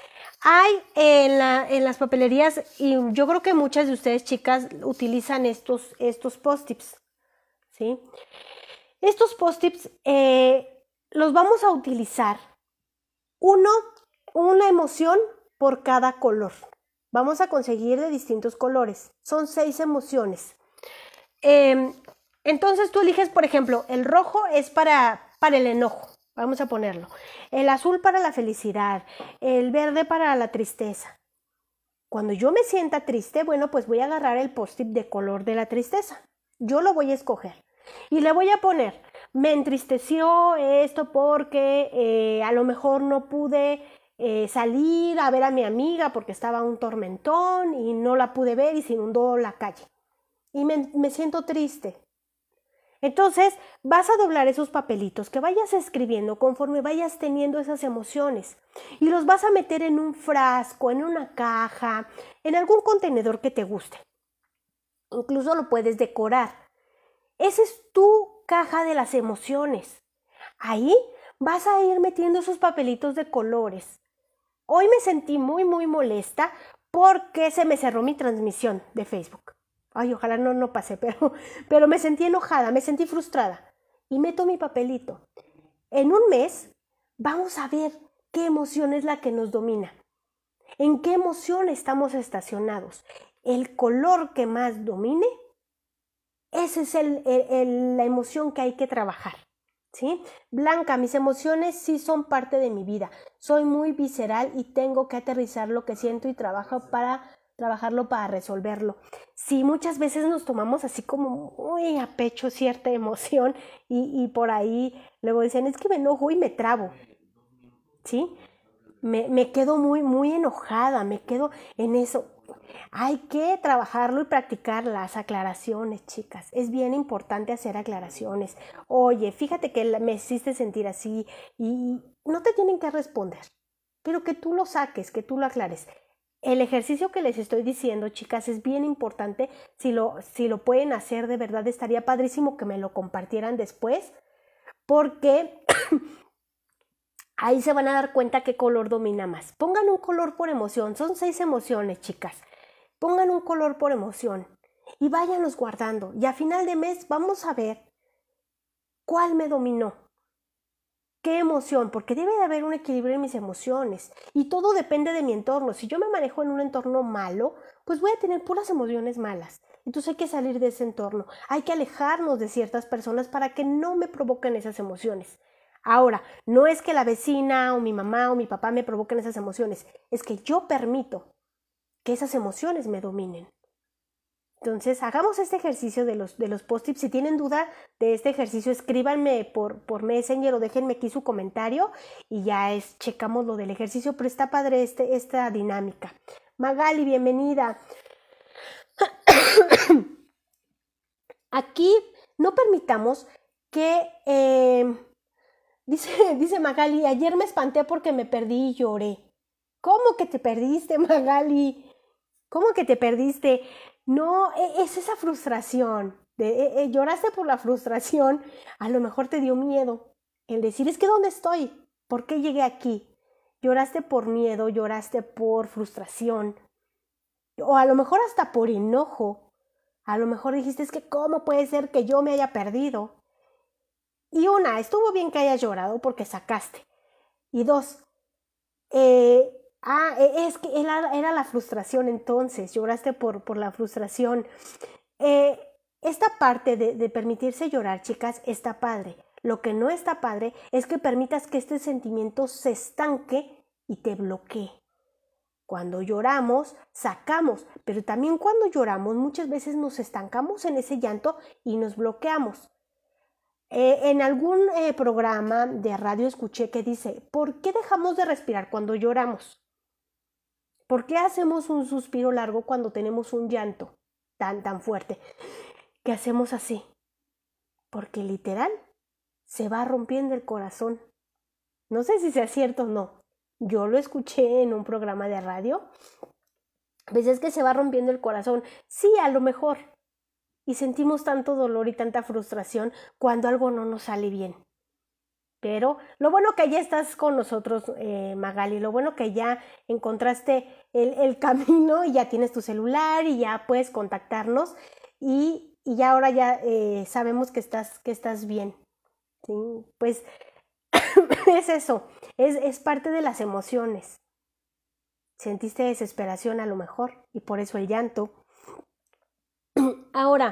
Hay en, la, en las papelerías, y yo creo que muchas de ustedes, chicas, utilizan estos, estos post-its, ¿sí? Estos post-its eh, los vamos a utilizar uno, una emoción por cada color. Vamos a conseguir de distintos colores. Son seis emociones. Eh, entonces tú eliges, por ejemplo, el rojo es para, para el enojo. Vamos a ponerlo. El azul para la felicidad. El verde para la tristeza. Cuando yo me sienta triste, bueno, pues voy a agarrar el post-it de color de la tristeza. Yo lo voy a escoger. Y le voy a poner, me entristeció esto porque eh, a lo mejor no pude eh, salir a ver a mi amiga porque estaba un tormentón y no la pude ver y se inundó la calle. Y me, me siento triste. Entonces vas a doblar esos papelitos que vayas escribiendo conforme vayas teniendo esas emociones y los vas a meter en un frasco, en una caja, en algún contenedor que te guste. Incluso lo puedes decorar. Esa es tu caja de las emociones. Ahí vas a ir metiendo esos papelitos de colores. Hoy me sentí muy muy molesta porque se me cerró mi transmisión de Facebook. Ay, ojalá no, no pase, pero, pero me sentí enojada, me sentí frustrada. Y meto mi papelito. En un mes vamos a ver qué emoción es la que nos domina. En qué emoción estamos estacionados. El color que más domine, esa es el, el, el, la emoción que hay que trabajar. ¿Sí? Blanca, mis emociones sí son parte de mi vida. Soy muy visceral y tengo que aterrizar lo que siento y trabajo para trabajarlo para resolverlo. Sí, muchas veces nos tomamos así como muy a pecho cierta emoción y, y por ahí luego dicen, es que me enojo y me trabo. ¿Sí? Me, me quedo muy, muy enojada, me quedo en eso. Hay que trabajarlo y practicar las aclaraciones, chicas. Es bien importante hacer aclaraciones. Oye, fíjate que me hiciste sentir así y no te tienen que responder, pero que tú lo saques, que tú lo aclares. El ejercicio que les estoy diciendo, chicas, es bien importante. Si lo, si lo pueden hacer, de verdad estaría padrísimo que me lo compartieran después, porque ahí se van a dar cuenta qué color domina más. Pongan un color por emoción. Son seis emociones, chicas. Pongan un color por emoción y váyanlos guardando. Y a final de mes vamos a ver cuál me dominó. ¿Qué emoción? Porque debe de haber un equilibrio en mis emociones. Y todo depende de mi entorno. Si yo me manejo en un entorno malo, pues voy a tener puras emociones malas. Entonces hay que salir de ese entorno. Hay que alejarnos de ciertas personas para que no me provoquen esas emociones. Ahora, no es que la vecina o mi mamá o mi papá me provoquen esas emociones. Es que yo permito que esas emociones me dominen. Entonces, hagamos este ejercicio de los, de los post-its. Si tienen duda de este ejercicio, escríbanme por, por Messenger o déjenme aquí su comentario y ya es, checamos lo del ejercicio, pero está padre este, esta dinámica. Magali, bienvenida. Aquí no permitamos que, eh, dice, dice Magali, ayer me espanté porque me perdí y lloré. ¿Cómo que te perdiste, Magali? ¿Cómo que te perdiste? No, es esa frustración. De, eh, eh, lloraste por la frustración, a lo mejor te dio miedo. El decir, es que ¿dónde estoy? ¿Por qué llegué aquí? Lloraste por miedo, lloraste por frustración. O a lo mejor hasta por enojo. A lo mejor dijiste, es que ¿cómo puede ser que yo me haya perdido? Y una, estuvo bien que hayas llorado porque sacaste. Y dos, eh, ah, es que era, era la frustración entonces, lloraste por, por la frustración. Eh, esta parte de, de permitirse llorar, chicas, está padre. Lo que no está padre es que permitas que este sentimiento se estanque y te bloquee. Cuando lloramos, sacamos, pero también cuando lloramos muchas veces nos estancamos en ese llanto y nos bloqueamos. Eh, en algún eh, programa de radio escuché que dice, ¿por qué dejamos de respirar cuando lloramos? ¿Por qué hacemos un suspiro largo cuando tenemos un llanto tan, tan fuerte? ¿Qué hacemos así? Porque literal se va rompiendo el corazón. No sé si sea cierto o no. Yo lo escuché en un programa de radio. Pues es que se va rompiendo el corazón. Sí, a lo mejor. Y sentimos tanto dolor y tanta frustración cuando algo no nos sale bien. Pero lo bueno que ya estás con nosotros, eh, Magali, lo bueno que ya encontraste el, el camino y ya tienes tu celular y ya puedes contactarnos y, y ya ahora ya eh, sabemos que estás, que estás bien. ¿Sí? Pues es eso, es, es parte de las emociones. Sentiste desesperación a lo mejor y por eso el llanto. Ahora,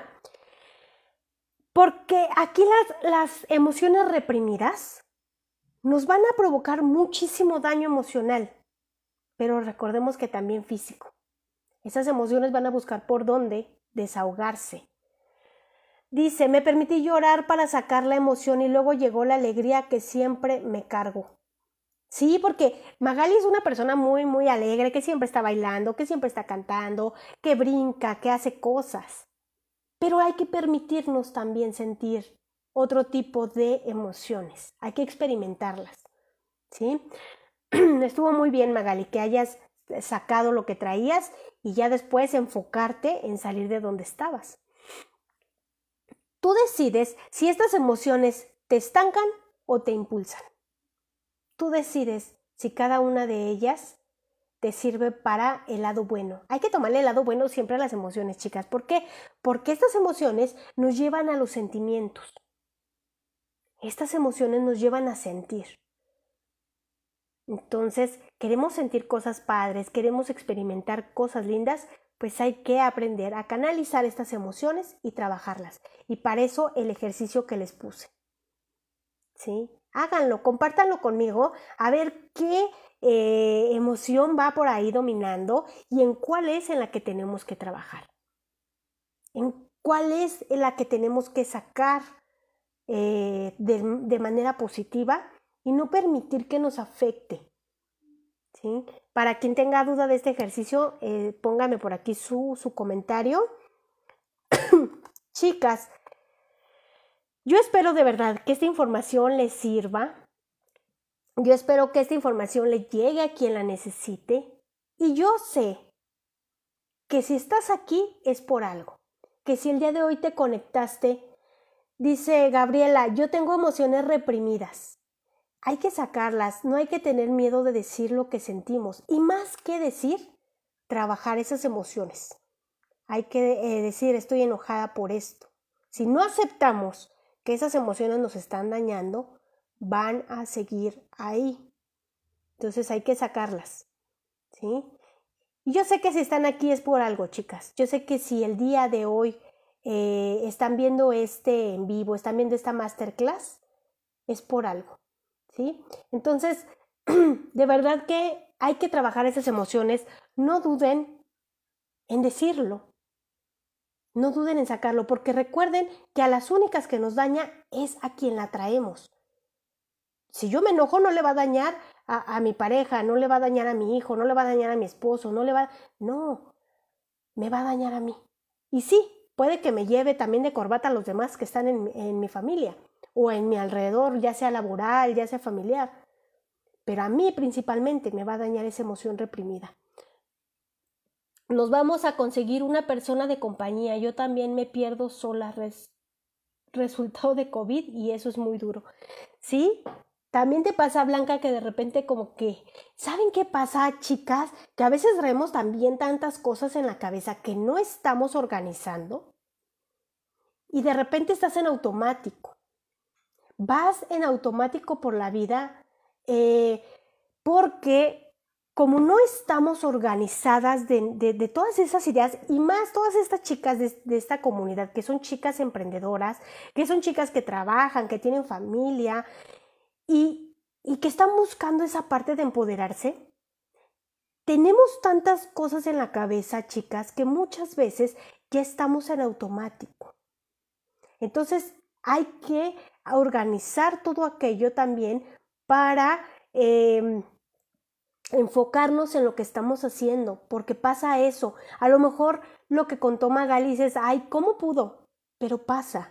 porque aquí las, las emociones reprimidas nos van a provocar muchísimo daño emocional, pero recordemos que también físico. Esas emociones van a buscar por dónde desahogarse. Dice, me permití llorar para sacar la emoción y luego llegó la alegría que siempre me cargo. Sí, porque Magali es una persona muy, muy alegre, que siempre está bailando, que siempre está cantando, que brinca, que hace cosas. Pero hay que permitirnos también sentir otro tipo de emociones. Hay que experimentarlas. ¿Sí? Estuvo muy bien, Magali, que hayas sacado lo que traías y ya después enfocarte en salir de donde estabas. Tú decides si estas emociones te estancan o te impulsan. Tú decides si cada una de ellas te sirve para el lado bueno. Hay que tomarle el lado bueno siempre a las emociones, chicas. ¿Por qué? Porque estas emociones nos llevan a los sentimientos. Estas emociones nos llevan a sentir. Entonces, queremos sentir cosas padres, queremos experimentar cosas lindas, pues hay que aprender a canalizar estas emociones y trabajarlas. Y para eso el ejercicio que les puse. ¿Sí? Háganlo, compártanlo conmigo, a ver qué eh, emoción va por ahí dominando y en cuál es en la que tenemos que trabajar. En cuál es en la que tenemos que sacar eh, de, de manera positiva y no permitir que nos afecte. ¿Sí? Para quien tenga duda de este ejercicio, eh, póngame por aquí su, su comentario. Chicas, yo espero de verdad que esta información les sirva. Yo espero que esta información le llegue a quien la necesite. Y yo sé que si estás aquí es por algo. Que si el día de hoy te conectaste, dice Gabriela, yo tengo emociones reprimidas. Hay que sacarlas, no hay que tener miedo de decir lo que sentimos. Y más que decir, trabajar esas emociones. Hay que eh, decir, estoy enojada por esto. Si no aceptamos que esas emociones nos están dañando, van a seguir ahí. Entonces hay que sacarlas, ¿sí? Y yo sé que si están aquí es por algo, chicas. Yo sé que si el día de hoy eh, están viendo este en vivo, están viendo esta masterclass, es por algo, ¿sí? Entonces, de verdad que hay que trabajar esas emociones. No duden en decirlo. No duden en sacarlo, porque recuerden que a las únicas que nos daña es a quien la traemos. Si yo me enojo, no le va a dañar a, a mi pareja, no le va a dañar a mi hijo, no le va a dañar a mi esposo, no le va... No, me va a dañar a mí. Y sí, Puede que me lleve también de corbata a los demás que están en, en mi familia o en mi alrededor, ya sea laboral, ya sea familiar. Pero a mí principalmente me va a dañar esa emoción reprimida. Nos vamos a conseguir una persona de compañía. Yo también me pierdo sola, res, resultado de COVID, y eso es muy duro. ¿Sí? También te pasa, Blanca, que de repente como que, ¿saben qué pasa, chicas? Que a veces traemos también tantas cosas en la cabeza que no estamos organizando y de repente estás en automático. Vas en automático por la vida eh, porque como no estamos organizadas de, de, de todas esas ideas, y más todas estas chicas de, de esta comunidad, que son chicas emprendedoras, que son chicas que trabajan, que tienen familia y, y que están buscando esa parte de empoderarse, tenemos tantas cosas en la cabeza, chicas, que muchas veces ya estamos en automático. Entonces hay que organizar todo aquello también para eh, enfocarnos en lo que estamos haciendo, porque pasa eso. A lo mejor lo que contó Magali dices, ay, ¿cómo pudo? Pero pasa.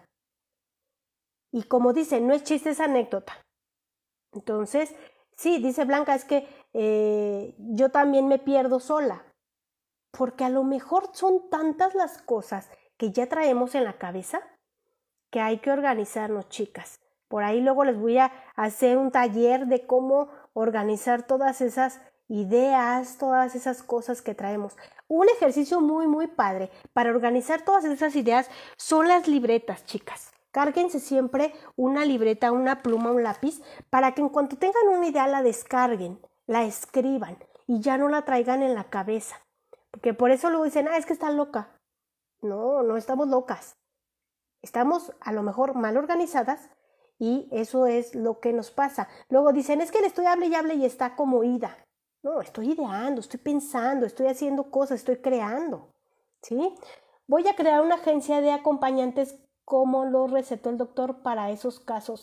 Y como dice, no es chiste, es anécdota. Entonces, sí, dice Blanca, es que eh, yo también me pierdo sola, porque a lo mejor son tantas las cosas que ya traemos en la cabeza que hay que organizarnos, chicas. Por ahí luego les voy a hacer un taller de cómo organizar todas esas ideas, todas esas cosas que traemos. Un ejercicio muy, muy padre para organizar todas esas ideas son las libretas, chicas. Cárguense siempre una libreta, una pluma, un lápiz, para que en cuanto tengan una idea la descarguen, la escriban y ya no la traigan en la cabeza. Porque por eso luego dicen, ah, es que está loca. No, no estamos locas. Estamos a lo mejor mal organizadas y eso es lo que nos pasa. Luego dicen, es que le estoy hable y hable y está como ida. No, estoy ideando, estoy pensando, estoy haciendo cosas, estoy creando. ¿Sí? Voy a crear una agencia de acompañantes como lo recetó el doctor para esos casos.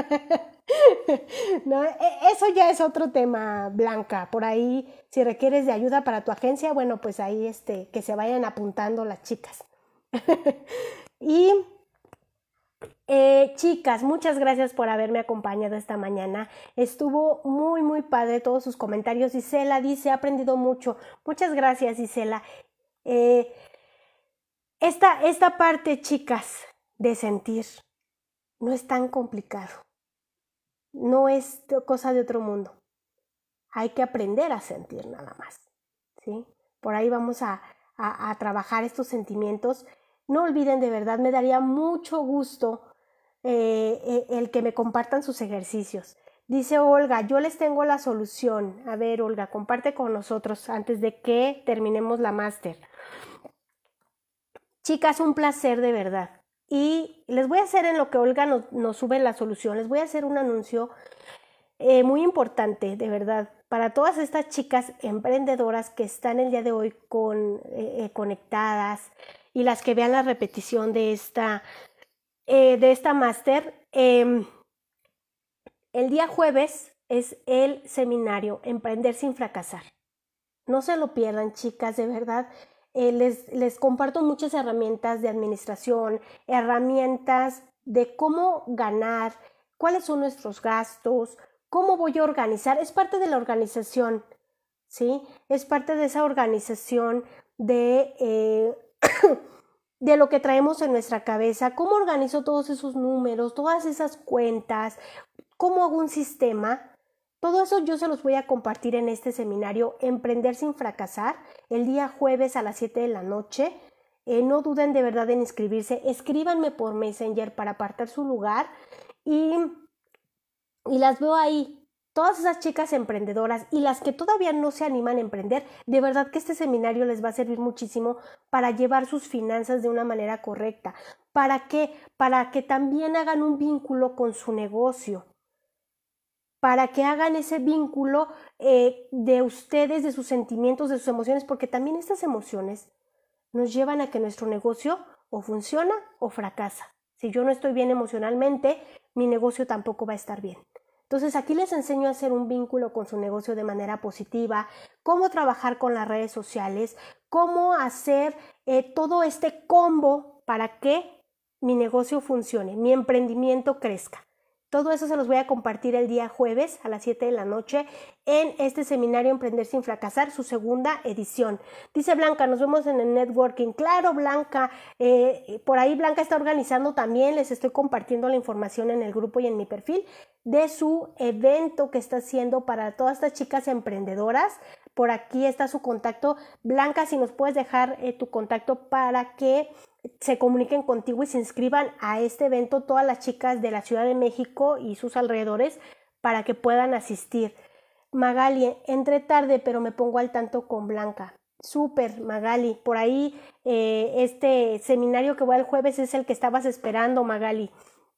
No, eso ya es otro tema, Blanca. Por ahí, si requieres de ayuda para tu agencia, bueno, pues ahí este, que se vayan apuntando las chicas. Y Eh, chicas, muchas gracias por haberme acompañado esta mañana. Estuvo muy, muy padre todos sus comentarios. Isela dice, he aprendido mucho. Muchas gracias, Isela. Eh, esta, esta parte, chicas, de sentir, no es tan complicado. No es cosa de otro mundo. Hay que aprender a sentir nada más, ¿sí? Por ahí vamos a, a, a trabajar estos sentimientos. No olviden, de verdad, me daría mucho gusto Eh, el que me compartan sus ejercicios. Dice Olga, yo les tengo la solución. A ver, Olga, comparte con nosotros antes de que terminemos la máster. Chicas, un placer de verdad. Y les voy a hacer en lo que Olga nos, nos sube la solución, les voy a hacer un anuncio eh, muy importante, de verdad, para todas estas chicas emprendedoras que están el día de hoy con, eh, conectadas y las que vean la repetición de esta Eh, de esta máster. Eh, el día jueves es el seminario Emprender sin fracasar. No se lo pierdan, chicas, de verdad. Eh, les, les comparto muchas herramientas de administración, herramientas de cómo ganar, cuáles son nuestros gastos, cómo voy a organizar. Es parte de la organización, ¿sí? Es parte de esa organización de... Eh, de lo que traemos en nuestra cabeza, cómo organizo todos esos números, todas esas cuentas, cómo hago un sistema. Todo eso yo se los voy a compartir en este seminario Emprender sin fracasar, el día jueves a las siete de la noche. Eh, no duden de verdad en inscribirse, escríbanme por Messenger para apartar su lugar y, y las veo ahí. Todas esas chicas emprendedoras y las que todavía no se animan a emprender, de verdad que este seminario les va a servir muchísimo para llevar sus finanzas de una manera correcta. ¿Para qué? Para que también hagan un vínculo con su negocio. Para que hagan ese vínculo eh, de ustedes, de sus sentimientos, de sus emociones, porque también estas emociones nos llevan a que nuestro negocio o funciona o fracasa. Si yo no estoy bien emocionalmente, mi negocio tampoco va a estar bien. Entonces aquí les enseño a hacer un vínculo con su negocio de manera positiva, cómo trabajar con las redes sociales, cómo hacer eh, todo este combo para que mi negocio funcione, mi emprendimiento crezca. Todo eso se los voy a compartir el día jueves a las siete de la noche en este seminario Emprender sin fracasar, su segunda edición. Dice Blanca, nos vemos en el networking. Claro, Blanca, eh, por ahí Blanca está organizando también, les estoy compartiendo la información en el grupo y en mi perfil de su evento que está haciendo para todas estas chicas emprendedoras. Por aquí está su contacto. Blanca, si nos puedes dejar eh, tu contacto para que se comuniquen contigo y se inscriban a este evento todas las chicas de la Ciudad de México y sus alrededores para que puedan asistir. Magali, entré tarde pero me pongo al tanto con Blanca. Súper, Magali. Por ahí eh, este seminario que va el jueves es el que estabas esperando, Magali.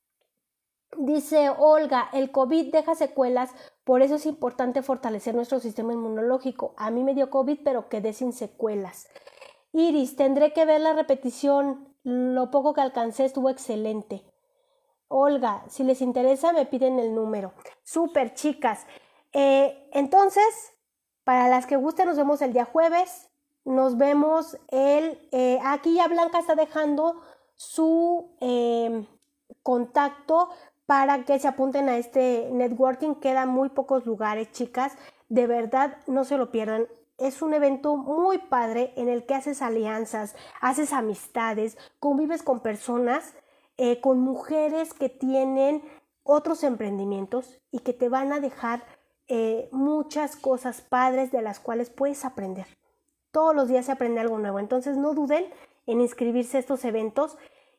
Dice Olga, el COVID deja secuelas, por eso es importante fortalecer nuestro sistema inmunológico. A mí me dio COVID pero quedé sin secuelas. Iris, tendré que ver la repetición, lo poco que alcancé estuvo excelente. Olga, si les interesa me piden el número. Súper, chicas. Eh, entonces, para las que gusten nos vemos el día jueves. Nos vemos el... Eh, aquí ya Blanca está dejando su eh, contacto para que se apunten a este networking. Quedan muy pocos lugares, chicas. De verdad, no se lo pierdan. Es un evento muy padre en el que haces alianzas, haces amistades, convives con personas, eh, con mujeres que tienen otros emprendimientos y que te van a dejar eh, muchas cosas padres de las cuales puedes aprender. Todos los días se aprende algo nuevo, entonces no duden en inscribirse a estos eventos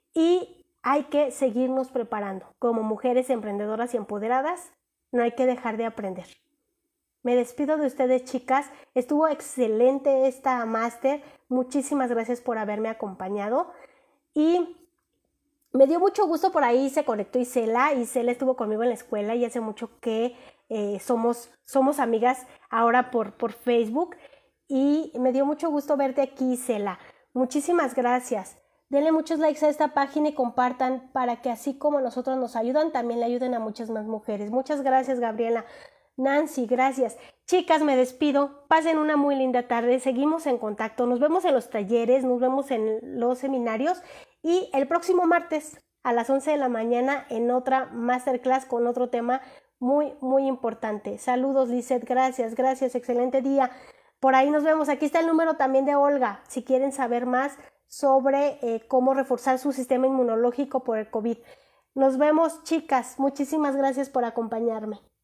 y hay que seguirnos preparando. Como mujeres emprendedoras y empoderadas, no hay que dejar de aprender. Me despido de ustedes, chicas. Estuvo excelente esta máster. Muchísimas gracias por haberme acompañado. Y me dio mucho gusto, por ahí se conectó Isela. Isela estuvo conmigo en la escuela y hace mucho que eh, somos, somos amigas ahora por, por Facebook. Y me dio mucho gusto verte aquí, Isela. Muchísimas gracias. Denle muchos likes a esta página y compartan para que así como nosotros nos ayudan, también le ayuden a muchas más mujeres. Muchas gracias, Gabriela. Nancy, gracias. Chicas, me despido. Pasen una muy linda tarde. Seguimos en contacto. Nos vemos en los talleres, nos vemos en los seminarios y el próximo martes a las once de la mañana en otra masterclass con otro tema muy, muy importante. Saludos, Lizeth. Gracias, gracias. Excelente día. Por ahí nos vemos. Aquí está el número también de Olga, si quieren saber más sobre eh, cómo reforzar su sistema inmunológico por el COVID. Nos vemos, chicas. Muchísimas gracias por acompañarme.